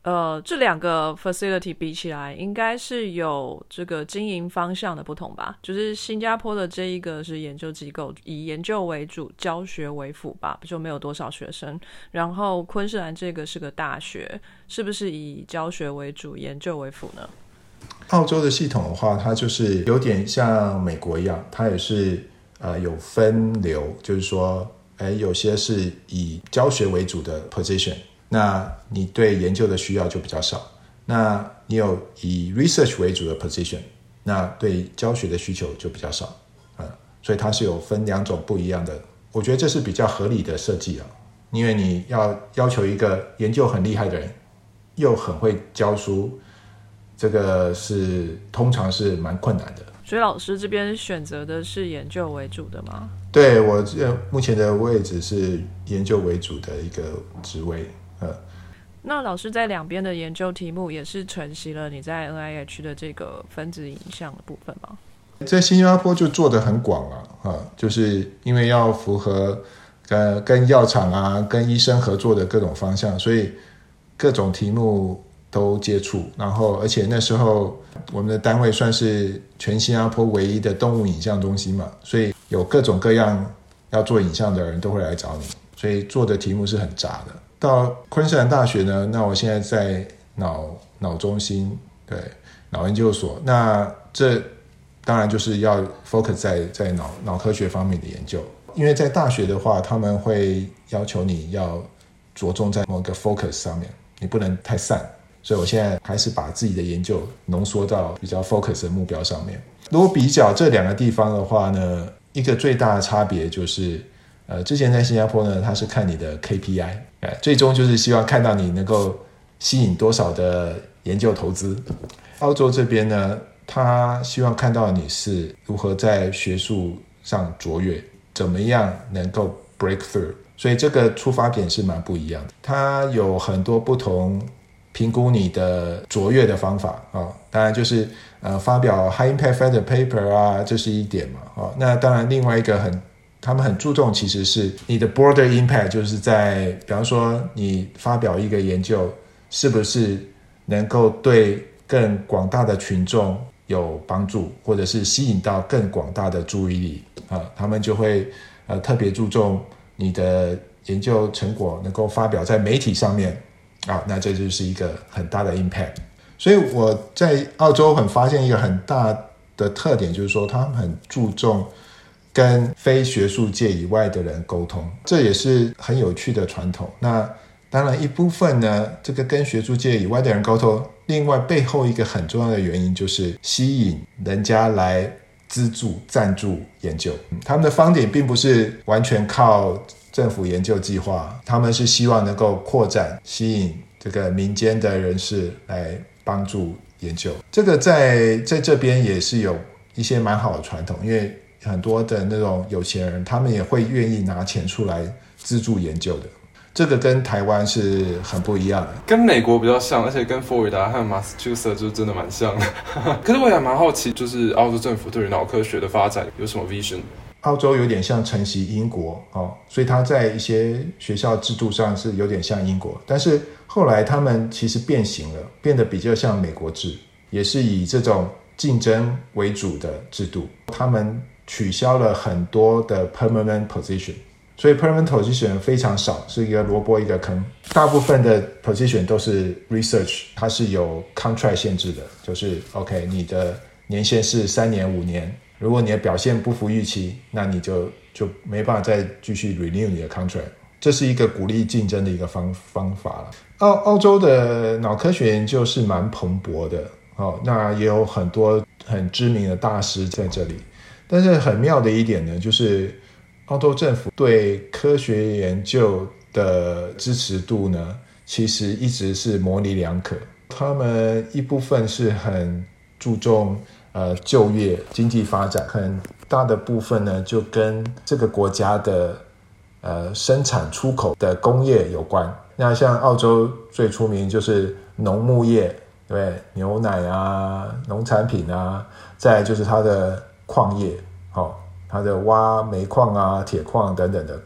这两个 facility 比起来，应该是有这个经营方向的不同吧？就是新加坡的这一个是研究机构，以研究为主，教学为辅吧，就没有多少学生。然后昆士兰这个是个大学，是不是以教学为主，研究为辅呢？ 澳洲的系统的话，它就是有点像美国一样，它也是有分流，就是说，有些是以教学为主的 position。那你对研究的需要就比较少，那你有以 research 为主的 position， 那对教学的需求就比较少，所以它是有分两种不一样的，我觉得这是比较合理的设计啊，因为你要求一个研究很厉害的人，又很会教书，这个是通常是蛮困难的。 所以老师这边选择的是研究为主的吗？ 对，我目前的位置是研究为主的一个职位。 那老师在两边的研究题目也是承袭了你在 NIH 的这个分子影像的部分吗？ 在新加坡就做得很广就是因为要符合跟药厂啊、跟医生合作的各种方向，所以各种题目都接触。然后而且那时候我们的单位算是全新加坡唯一的动物影像中心嘛，所以有各种各样要做影像的人都会来找你，所以做的题目是很杂的。到昆士兰大学呢，那我现在在脑中心，对，脑研究所，那这当然就是要 focus 在脑科学方面的研究。因为在大学的话，他们会要求你要着重在某个 focus 上面，你不能太散，所以我现在开始把自己的研究浓缩到比较 focus 的目标上面。如果比较这两个地方的话呢，一个最大的差别就是之前在新加坡呢，它是看你的 KPI， 最终就是希望看到你能够吸引多少的研究投资。澳洲这边呢，他希望看到你是如何在学术上卓越，怎么样能够 break through， 所以这个出发点是蛮不一样的。它有很多不同评估你的卓越的方法当然就是发表 high impact的 paper 啊，这是一点嘛那当然另外一个他们很注重其实是你的 broader impact， 就是在比方说你发表一个研究是不是能够对更广大的群众有帮助，或者是吸引到更广大的注意力他们就会特别注重你的研究成果能够发表在媒体上面那这就是一个很大的 impact。 所以我在澳洲很发现一个很大的特点，就是说他们很注重跟非学术界以外的人沟通，这也是很有趣的传统。那当然一部分呢，这个跟学术界以外的人沟通，另外背后一个很重要的原因就是吸引人家来资助赞助研究。他们的方点并不是完全靠政府研究计划，他们是希望能够扩展，吸引这个民间的人士来帮助研究。这个在这边也是有一些蛮好的传统，因为很多的那种有钱人，他们也会愿意拿钱出来资助研究的。这个跟台湾是很不一样的， 跟美国比较像，而且跟佛罗里达和马萨诸塞就真的蛮像的。可是我也蛮好奇，就是澳洲政府对于脑科学的发展有什么 vision？ 澳洲有点像承袭英国所以它在一些学校制度上是有点像英国，但是后来他们其实变形了，变得比较像美国制，也是以这种竞争为主的制度。他们取消了很多的 permanent position， 所以 permanent position 非常少，是一个萝卜一个坑。大部分的 position 都是 research， 它是有 contract 限制的，就是 OK， 你的年限是3年5年，如果你的表现不符预期，那你就没办法再继续 renew 你的 contract。 这是一个鼓励竞争的一个方法了。澳洲的脑科学研究是蛮蓬勃的那也有很多很知名的大师在这里。但是很妙的一点呢，就是澳洲政府对科学研究的支持度呢，其实一直是模棱两可。他们一部分是很注重就业经济发展，很大的部分呢就跟这个国家的生产出口的工业有关。那像澳洲最出名就是农牧业，对，牛奶啊，农产品啊，再来就是它的矿业它的挖煤矿啊、铁矿等等的。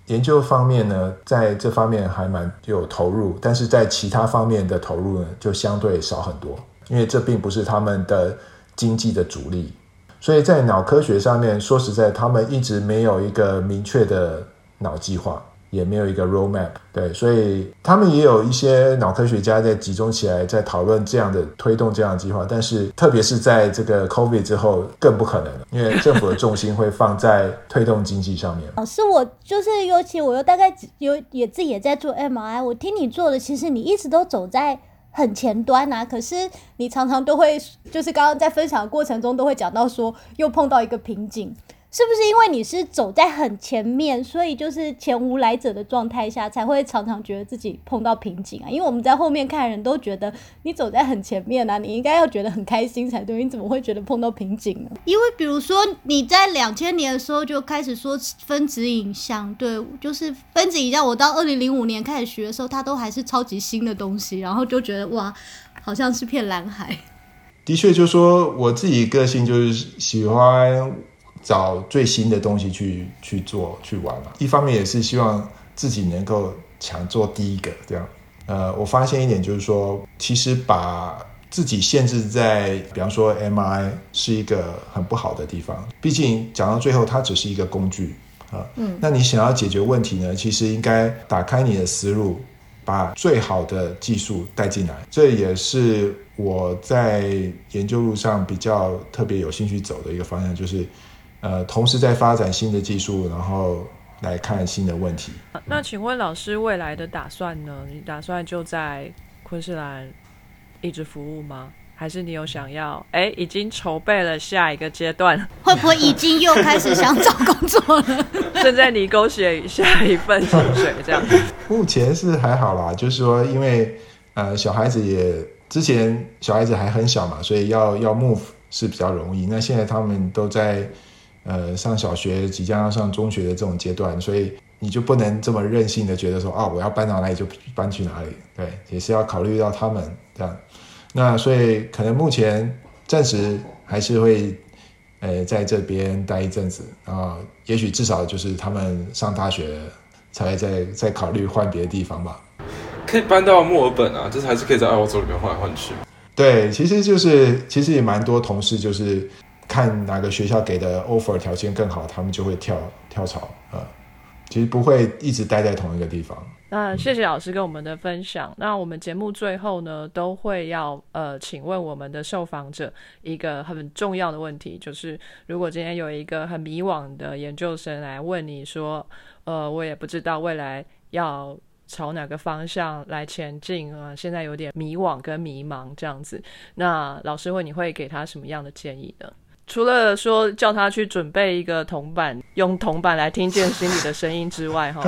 研究方面呢，在这方面还蛮有投入，但是在其他方面的投入呢，就相对少很多，因为这并不是他们的经济的主力。所以在脑科学上面，说实在，他们一直没有一个明确的脑计划，也没有一个 roadmap。对，所以他们也有一些脑科学家在集中起来，在讨论这样的推动这样的计划。但是特别是在这个 COVID 之后，更不可能了，因为政府的重心会放在推动经济上面。 是我就是尤其我又大概也自己也在做 MRI， 我听你做的，其实你一直都走在很前端啊，可是你常常都会就是刚刚在分享的过程中都会讲到说又碰到一个瓶颈，是不是因为你是走在很前面，所以就是前无来者的状态下才会常常觉得自己碰到瓶颈啊？因为我们在后面看的人都觉得你走在很前面啊，你应该要觉得很开心才对，你怎么会觉得碰到瓶颈呢？因为比如说你在2000年的时候就开始说分子影像，对，就是分子影像，我到2005年开始学的时候，它都还是超级新的东西，然后就觉得哇，好像是片蓝海。 的确，就是说我自己个性就是喜欢找最新的东西去做去玩嘛，一方面也是希望自己能够抢做第一个这样。我发现一点就是说，其实把自己限制在比方说 MRI 是一个很不好的地方，毕竟讲到最后它只是一个工具啊。那你想要解决问题呢，其实应该打开你的思路，把最好的技术带进来。这也是我在研究路上比较特别有兴趣走的一个方向，就是同时在发展新的技术，然后来看新的问题。 那请问老师未来的打算呢？你打算就在昆士兰一直服务吗？还是你有想要已经筹备了下一个阶段？ 会不会已经又开始想找工作了？ 正在你勾写下一份薪水这样？ 目前是还好啦，就是说因为小孩子之前小孩子还很小嘛，所以要 move 是比较容易。那现在他们都在上小学，即将要上中学的这种阶段，所以你就不能这么任性的觉得说我要搬到哪里就搬去哪里。对，也是要考虑到他们这样。那所以可能目前暂时还是会在这边待一阵子，然后也许至少就是他们上大学才再考虑换别的地方吧。 可以搬到墨尔本啊，就是还是可以在澳洲里面换来换去。 对，其实也蛮多同事就是看哪个学校给的 offer 条件更好，他们就会跳槽其实不会一直待在同一个地方。 那谢谢老师跟我们的分享。那我们节目最后呢，都会要请问我们的受访者一个很重要的问题，就是如果今天有一个很迷惘的研究生来问你说，我也不知道未来要朝哪个方向来前进现在有点迷惘跟迷茫这样子，那老师你会给他什么样的建议呢？除了说叫他去准备一个铜板，用铜板来听见心里的声音之外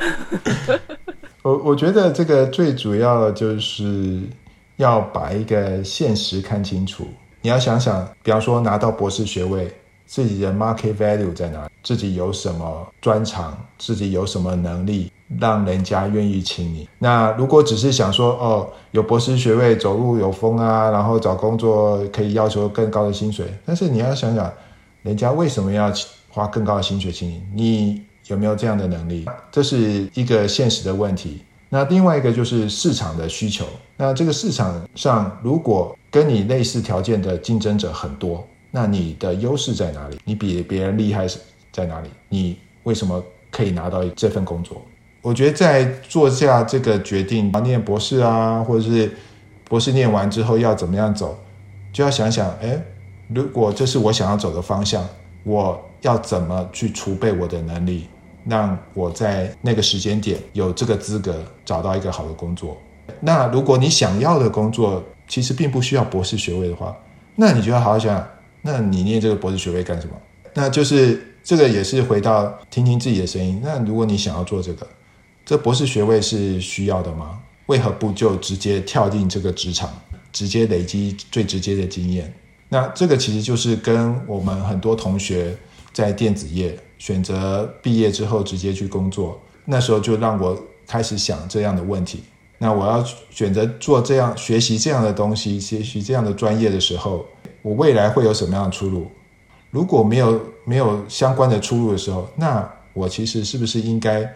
我觉得这个最主要的就是要把一个现实看清楚。你要想想，比方说拿到博士学位，自己的 market value 在哪里，自己有什么专长，自己有什么能力让人家愿意请你。那如果只是想说有博士学位走路有风啊，然后找工作可以要求更高的薪水，但是你要想想人家为什么要花更高的薪水请你，你有没有这样的能力，这是一个现实的问题。那另外一个就是市场的需求，那这个市场上如果跟你类似条件的竞争者很多，那你的优势在哪里？你比别人厉害在哪里？你为什么可以拿到这份工作？我觉得在做下这个决定，念博士啊，或者是博士念完之后要怎么样走，就要想想如果这是我想要走的方向，我要怎么去储备我的能力，让我在那个时间点有这个资格找到一个好的工作。那如果你想要的工作其实并不需要博士学位的话，那你就要好好想想，那你念这个博士学位干什么？那就是这个也是回到听听自己的声音。那如果你想要做这博士学位是需要的吗？为何不就直接跳进这个职场，直接累积最直接的经验？那这个其实就是跟我们很多同学在电子业选择毕业之后直接去工作，那时候就让我开始想这样的问题。那我要选择做这样学习这样的东西，学习这样的专业的时候，我未来会有什么样的出路？如果没有相关的出路的时候，那我其实是不是应该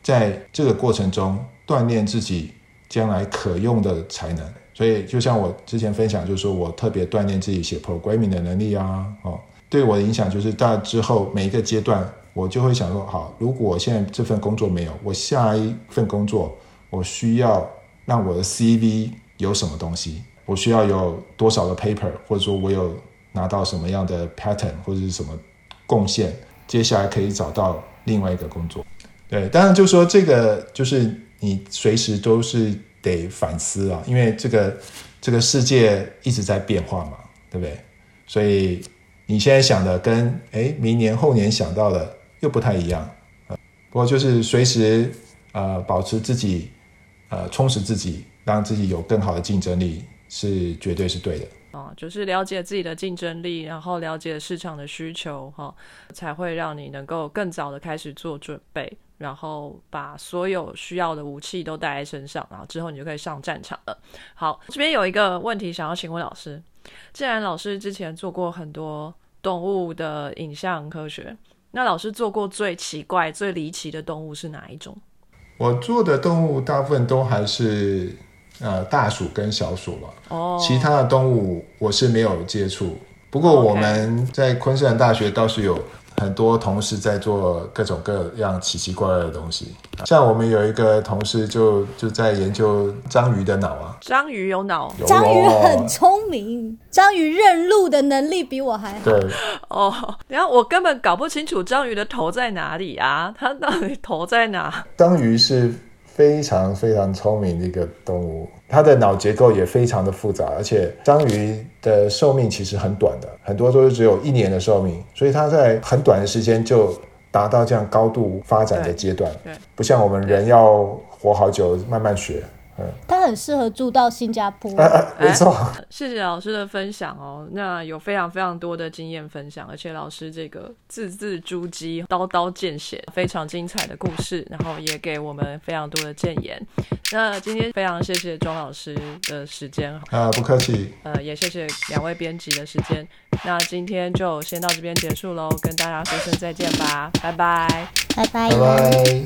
在这个过程中锻炼自己将来可用的才能。所以就像我之前分享，就是说我特别锻炼自己写 programming 的能力啊，对我的影响就是到之后每一个阶段我就会想说，好，如果我现在这份工作没有，我下一份工作我需要让我的 CV 有什么东西，我需要有多少的 paper， 或者说我有拿到什么样的 pattern 或者是什么贡献，接下来可以找到另外一个工作。对，当然就是说这个就是你随时都是得反思啊，因为这个世界一直在变化嘛，对不对？所以你现在想的跟明年后年想到的又不太一样。不过就是随时保持自己充实自己，让自己有更好的竞争力，是绝对是对的。 就是了解自己的竞争力，然后了解市场的需求，才会让你能够更早的开始做准备，然后把所有需要的武器都带在身上，然后之后你就可以上战场了。好，这边有一个问题想要请问老师，既然老师之前做过很多动物的影像科学，那老师做过最奇怪最离奇的动物是哪一种？ 我做的动物大部分都还是大鼠跟小鼠了，其他的动物我是没有接触。不过我们在昆士兰大学倒是有很多同事在做各种各样奇奇怪怪的东西，像我们有一个同事就在研究章鱼的脑啊。 章鱼有脑？ 章鱼很聪明，章鱼认路的能力比我还好。 对然后我根本搞不清楚章鱼的头在哪里啊，它到底头在哪？ 章鱼是非常非常聪明的一个动物，它的脑结构也非常的复杂，而且章鱼的寿命其实很短的，很多都是只有1年的寿命，所以它在很短的时间就达到这样高度发展的阶段，不像我们人要活好久，慢慢学。 它很适合住到新加坡。 没错。 谢谢老师的分享哦，那有非常非常多的经验分享，而且老师这个字字珠玑，刀刀见血，非常精彩的故事，然后也给我们非常多的建言。那今天非常谢谢庄老师的时间， 不客气。 也谢谢2位编辑的时间。那今天就先到这边结束咯，跟大家说声再见吧，拜拜， 拜拜， 拜拜。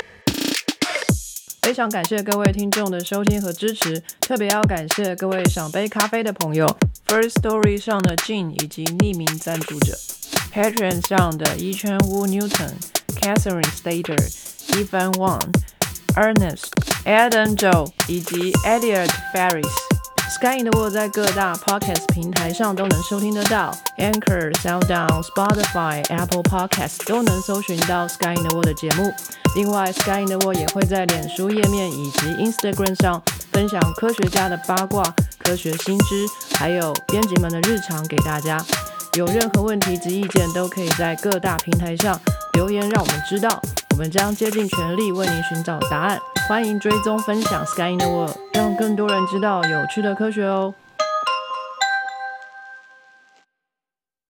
非常感谢各位听众的收听和支持，特别要感谢各位赏杯咖啡的朋友 First Story 上的 Jean 以及匿名赞助者 Patreon 上的伊圈Wu Newton Catherine Stater Evan Wang Ernest Adam Joe 以及 Elliot Ferris。Sky in the World 在各大 Podcast 平台上都能收听得到， Anchor、SoundOn、Spotify、Apple Podcast 都能搜寻到 Sky in the World 的节目。另外 Sky in the World 也会在脸书页面以及 Instagram 上分享科学家的八卦、科学新知，还有编辑们的日常给大家。有任何问题及意见都可以在各大平台上留言让我们知道，我们将竭尽全力为您寻找答案。欢迎追踪分享 Sky in the World， 让更多人知道有趣的科学哦。